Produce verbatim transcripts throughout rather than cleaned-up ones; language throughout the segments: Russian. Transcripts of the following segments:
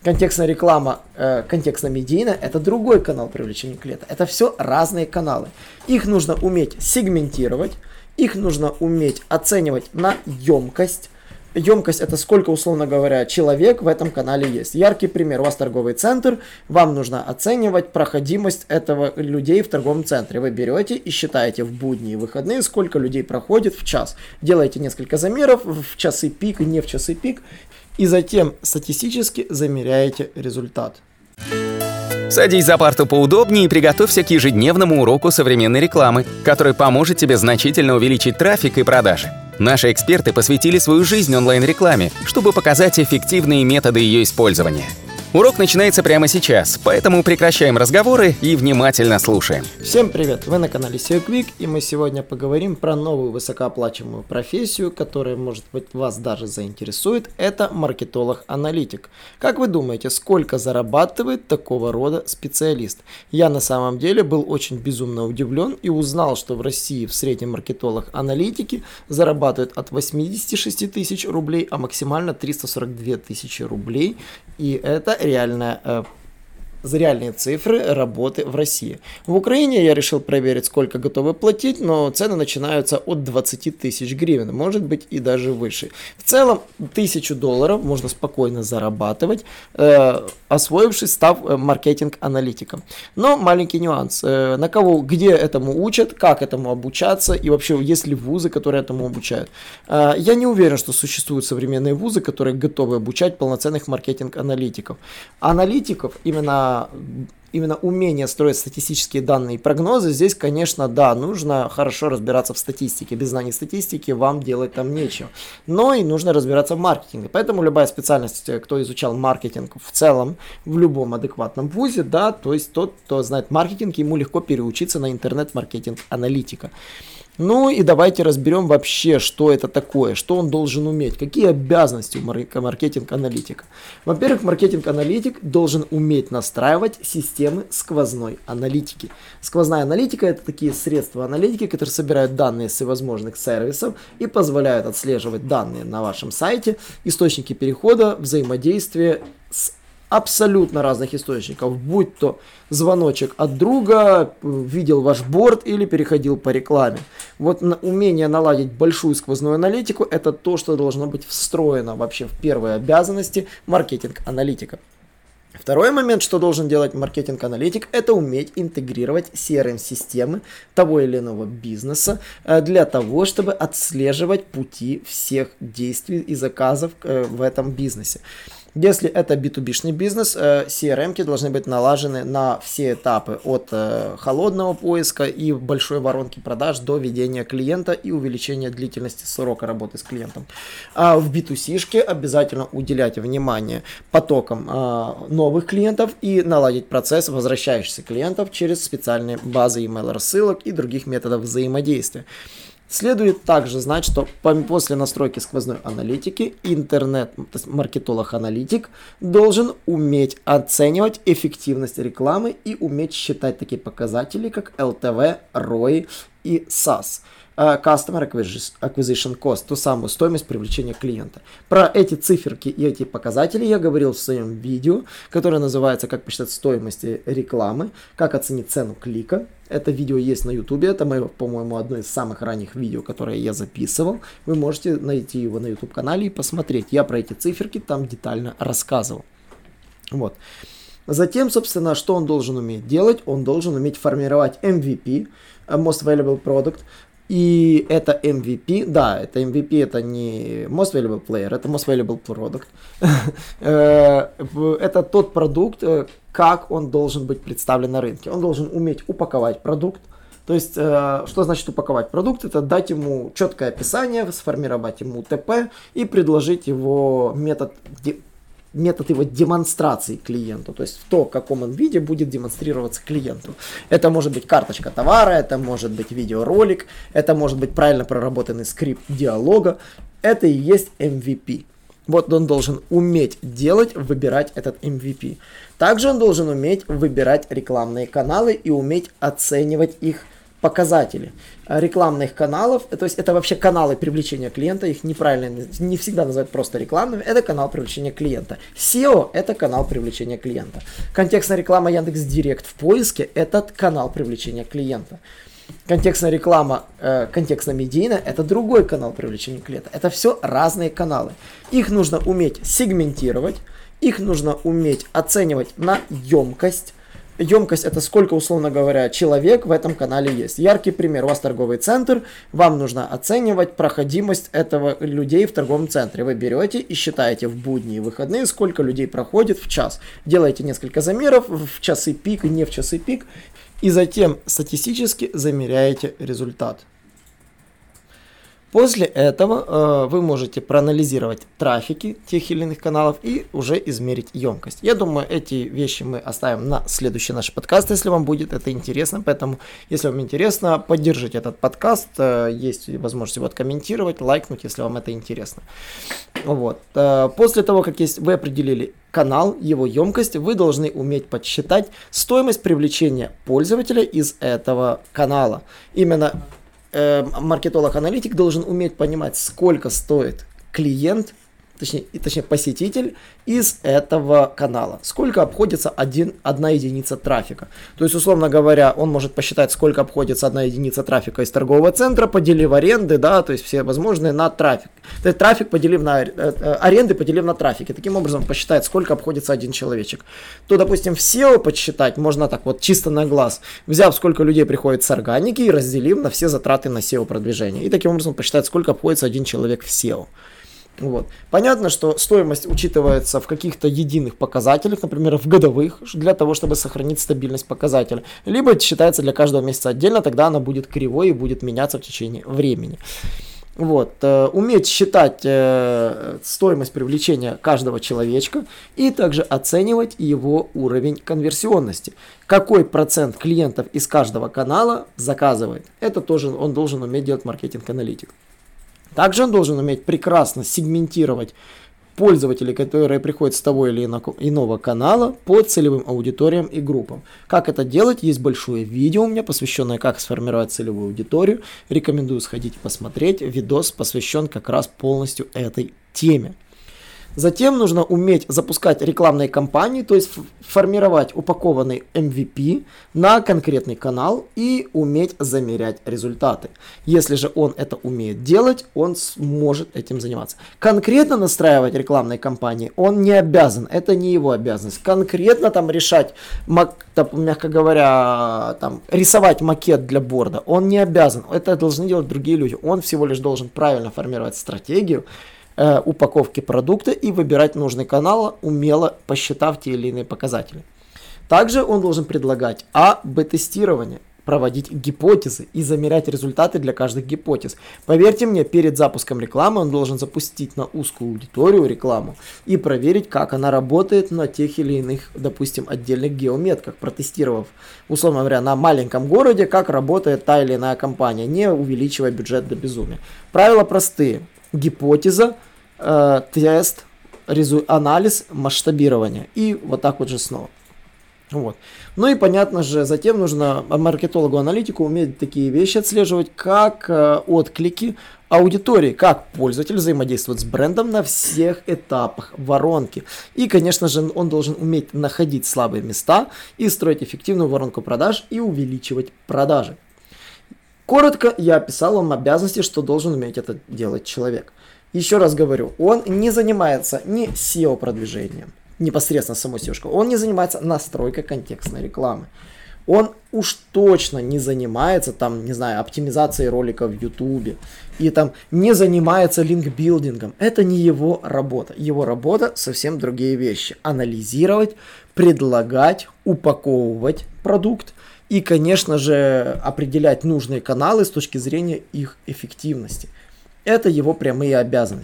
Контекстная реклама, э, контекстно-медийная – это другой канал привлечения клиента. Это все разные каналы. Их нужно уметь сегментировать, их нужно уметь оценивать на емкость. Емкость – это сколько, условно говоря, человек в этом канале есть. Яркий пример. У вас торговый центр, вам нужно оценивать проходимость этого людей в торговом центре. Вы берете и считаете в будни и выходные, сколько людей проходит в час. Делаете несколько замеров в часы пик и не в часы пик. И затем статистически замеряете результат. Садись за парту поудобнее и приготовься к ежедневному уроку современной рекламы, который поможет тебе значительно увеличить трафик и продажи. Наши эксперты посвятили свою жизнь онлайн-рекламе, чтобы показать эффективные методы ее использования. Урок начинается прямо сейчас, поэтому прекращаем разговоры и внимательно слушаем. Всем привет! Вы на канале эс и о Quick, и мы сегодня поговорим про новую высокооплачиваемую профессию, которая, может быть, вас даже заинтересует. Это маркетолог-аналитик. Как вы думаете, сколько зарабатывает такого рода специалист? Я на самом деле был очень безумно удивлен и узнал, что в России в среднем маркетолог-аналитики зарабатывает от восемьдесят шесть тысяч рублей, а максимально триста сорок две тысячи рублей. И это реальная, э, реальные цифры работы в России. В Украине я решил проверить, сколько готовы платить, но цены начинаются от двадцати тысяч гривен, может быть и даже выше. В целом, тысячу долларов можно спокойно зарабатывать, э, освоившись, став маркетинг-аналитиком. Но маленький нюанс. Э, на кого, где этому учат, как этому обучаться и вообще есть ли вузы, которые этому обучают. Э, я не уверен, что существуют современные вузы, которые готовы обучать полноценных маркетинг-аналитиков. Аналитиков именно Именно умение строить статистические данные и прогнозы, здесь, конечно, да, нужно хорошо разбираться в статистике. Без знаний статистики вам делать там нечего. Но и нужно разбираться в маркетинге. Поэтому любая специальность, кто изучал маркетинг в целом, в любом адекватном вузе, да, то есть тот, кто знает маркетинг, ему легко переучиться на интернет-маркетинг-аналитика. Ну и давайте разберем вообще, что это такое, что он должен уметь, какие обязанности у маркетинг-аналитика. Во-первых, маркетинг-аналитик должен уметь настраивать системы сквозной аналитики. Сквозная аналитика – это такие средства аналитики, которые собирают данные с всевозможных сервисов и позволяют отслеживать данные на вашем сайте, источники перехода, взаимодействие с абсолютно разных источников, будь то звоночек от друга, видел ваш борд или переходил по рекламе. Вот на, умение наладить большую сквозную аналитику – это то, что должно быть встроено вообще в первые обязанности маркетинг-аналитика. Второй момент, что должен делать маркетинг-аналитик, это уметь интегрировать си ар эм-системы того или иного бизнеса для того, чтобы отслеживать пути всех действий и заказов в этом бизнесе. Если это би ту би-шный бизнес, си ар эм-ки должны быть налажены на все этапы от холодного поиска и большой воронки продаж до ведения клиента и увеличения длительности срока работы с клиентом. А в би ту си-шке обязательно уделять внимание потокам новых клиентов и наладить процесс возвращающихся клиентов через специальные базы email рассылок и других методов взаимодействия. Следует также знать, что после настройки сквозной аналитики интернет-маркетолог-аналитик должен уметь оценивать эффективность рекламы и уметь считать такие показатели, как эл ти ви, рой и сас. Customer Acquisition Cost, ту самую стоимость привлечения клиента. Про эти циферки и эти показатели я говорил в своем видео, которое называется «Как посчитать стоимость рекламы», «Как оценить цену клика». Это видео есть на YouTube, это мое, по-моему, одно из самых ранних видео, которые я записывал. Вы можете найти его на YouTube-канале и посмотреть. Я про эти циферки там детально рассказывал. Вот. Затем, собственно, что он должен уметь делать? Он должен уметь формировать эм ви пи, Most Valuable Product. И это эм ви пи, да, это эм ви пи, это не Most Valuable Player, это Most Valuable Product. Это тот продукт, как он должен быть представлен на рынке. Он должен уметь упаковать продукт. То есть, что значит упаковать продукт? Это дать ему четкое описание, сформировать ему тэ пэ и предложить его метод метод его демонстрации клиенту, то есть в то, в каком он виде будет демонстрироваться клиенту. Это может быть карточка товара, это может быть видеоролик, это может быть правильно проработанный скрипт диалога. Это и есть эм ви пи. Вот он должен уметь делать, выбирать этот эм ви пи. Также он должен уметь выбирать рекламные каналы и уметь оценивать их показатели рекламных каналов, то есть это вообще каналы привлечения клиента, их неправильно, не всегда называют просто рекламными, это канал привлечения клиента. сео это канал привлечения клиента. Контекстная реклама Яндекс.Директ в поиске это канал привлечения клиента. Контекстная реклама, э, контекстно-медийная это другой канал привлечения клиента. Это все разные каналы. Их нужно уметь сегментировать, их нужно уметь оценивать на емкость. Емкость это сколько, условно говоря, человек в этом канале есть. Яркий пример. У вас торговый центр, вам нужно оценивать проходимость этого людей в торговом центре. Вы берете и считаете в будни и выходные, сколько людей проходит в час. Делаете несколько замеров в часы пик и не в часы пик. И затем статистически замеряете результат. После этого э, вы можете проанализировать трафики тех или иных каналов и уже измерить емкость. Я думаю, эти вещи мы оставим на следующий наш подкаст, если вам будет это интересно. Поэтому, если вам интересно, поддержите этот подкаст. Э, есть возможность его откомментировать, лайкнуть, если вам это интересно. Вот. Э, после того, как есть, вы определили канал, его емкость, вы должны уметь подсчитать стоимость привлечения пользователя из этого канала. Именно маркетолог-аналитик должен уметь понимать, сколько стоит клиент, точнее, точнее посетитель из этого канала, сколько обходится один, одна единица трафика. То есть, условно говоря, он может посчитать, сколько обходится одна единица трафика из торгового центра, поделив аренды, да, то есть все возможные на трафик. То есть трафик поделив на аренды, поделив на трафик. И таким образом посчитает, сколько обходится один человечек. То, допустим, в сео подсчитать можно так вот чисто на глаз, взяв, сколько людей приходит с органики и разделив на все затраты на сео продвижение. И таким образом посчитать, сколько обходится один человек в сео. Вот. Понятно, что стоимость учитывается в каких-то единых показателях, например, в годовых, для того, чтобы сохранить стабильность показателя. Либо считается для каждого месяца отдельно, тогда она будет кривой и будет меняться в течение времени. Вот. Уметь считать э, стоимость привлечения каждого человечка и также оценивать его уровень конверсионности. Какой процент клиентов из каждого канала заказывает. Это тоже он должен уметь делать маркетинг-аналитик. Также он должен уметь прекрасно сегментировать пользователей, которые приходят с того или иного канала по целевым аудиториям и группам. Как это делать? Есть большое видео у меня, посвященное как сформировать целевую аудиторию. Рекомендую сходить и посмотреть. Видос посвящен как раз полностью этой теме. Затем нужно уметь запускать рекламные кампании, то есть формировать упакованный эм ви пи на конкретный канал и уметь замерять результаты. Если же он это умеет делать, он сможет этим заниматься. Конкретно настраивать рекламные кампании он не обязан, это не его обязанность. Конкретно там решать, мягко говоря, там, рисовать макет для борда он не обязан, это должны делать другие люди. Он всего лишь должен правильно формировать стратегию упаковки продукта и выбирать нужный канал, умело посчитав те или иные показатели. Также он должен предлагать а бэ тестирование, проводить гипотезы и замерять результаты для каждой гипотез. Поверьте мне, перед запуском рекламы он должен запустить на узкую аудиторию рекламу и проверить, как она работает на тех или иных, допустим, отдельных геометках, протестировав, условно говоря, на маленьком городе, как работает та или иная компания, не увеличивая бюджет до безумия. Правила простые. Гипотеза, э, тест, резу, анализ, масштабирование. И вот так вот же снова. Вот. Ну и понятно же, затем нужно маркетологу-аналитику уметь такие вещи отслеживать, как э, отклики аудитории, как пользователь взаимодействует с брендом на всех этапах воронки. И, конечно же, он должен уметь находить слабые места и строить эффективную воронку продаж и увеличивать продажи. Коротко я описал вам обязанности, что должен уметь это делать человек. Еще раз говорю, он не занимается ни сео-продвижением, непосредственно самой сео-шкой, он не занимается настройкой контекстной рекламы. Он уж точно не занимается, там, не знаю, оптимизацией роликов в Ютубе и там не занимается линкбилдингом. Это не его работа. Его работа совсем другие вещи. Анализировать, предлагать, упаковывать продукт. И, конечно же, определять нужные каналы с точки зрения их эффективности. Это его прямые обязанности.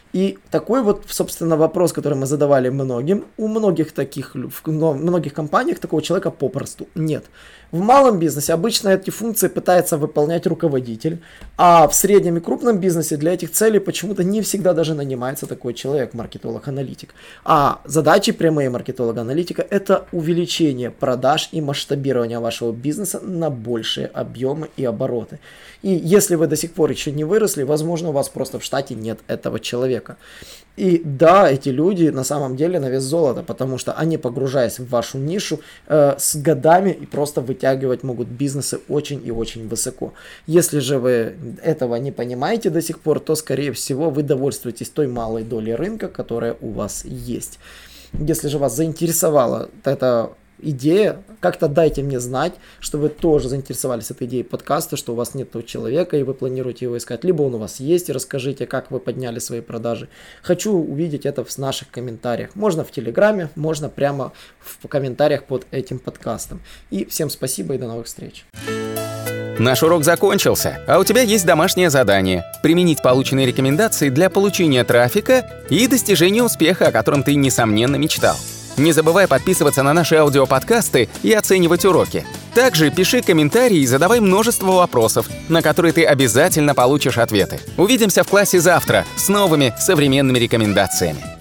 И такой вот, собственно, вопрос, который мы задавали многим, у многих таких, в многих компаниях такого человека попросту нет. В малом бизнесе обычно эти функции пытается выполнять руководитель, а в среднем и крупном бизнесе для этих целей почему-то не всегда даже нанимается такой человек, маркетолог-аналитик. А задачи прямые маркетолога-аналитика – это увеличение продаж и масштабирование вашего бизнеса на большие объемы и обороты. И если вы до сих пор еще не выросли, возможно, у вас просто в штате нет этого человека. И да, эти люди на самом деле на вес золота, потому что они, погружаясь в вашу нишу, э, с годами и просто вытягивать могут бизнесы очень и очень высоко. Если же вы этого не понимаете до сих пор, то, скорее всего, вы довольствуетесь той малой долей рынка, которая у вас есть. Если же вас заинтересовала эта идея, как-то дайте мне знать, что вы тоже заинтересовались этой идеей подкаста, что у вас нет того человека и вы планируете его искать, либо он у вас есть, и расскажите, как вы подняли свои продажи. Хочу увидеть это в наших комментариях. Можно в Телеграме, можно прямо в комментариях под этим подкастом. И всем спасибо и до новых встреч. Наш урок закончился, а у тебя есть домашнее задание – применить полученные рекомендации для получения трафика и достижения успеха, о котором ты, несомненно, мечтал. Не забывай подписываться на наши аудиоподкасты и оценивать уроки. Также пиши комментарии и задавай множество вопросов, на которые ты обязательно получишь ответы. Увидимся в классе завтра с новыми современными рекомендациями.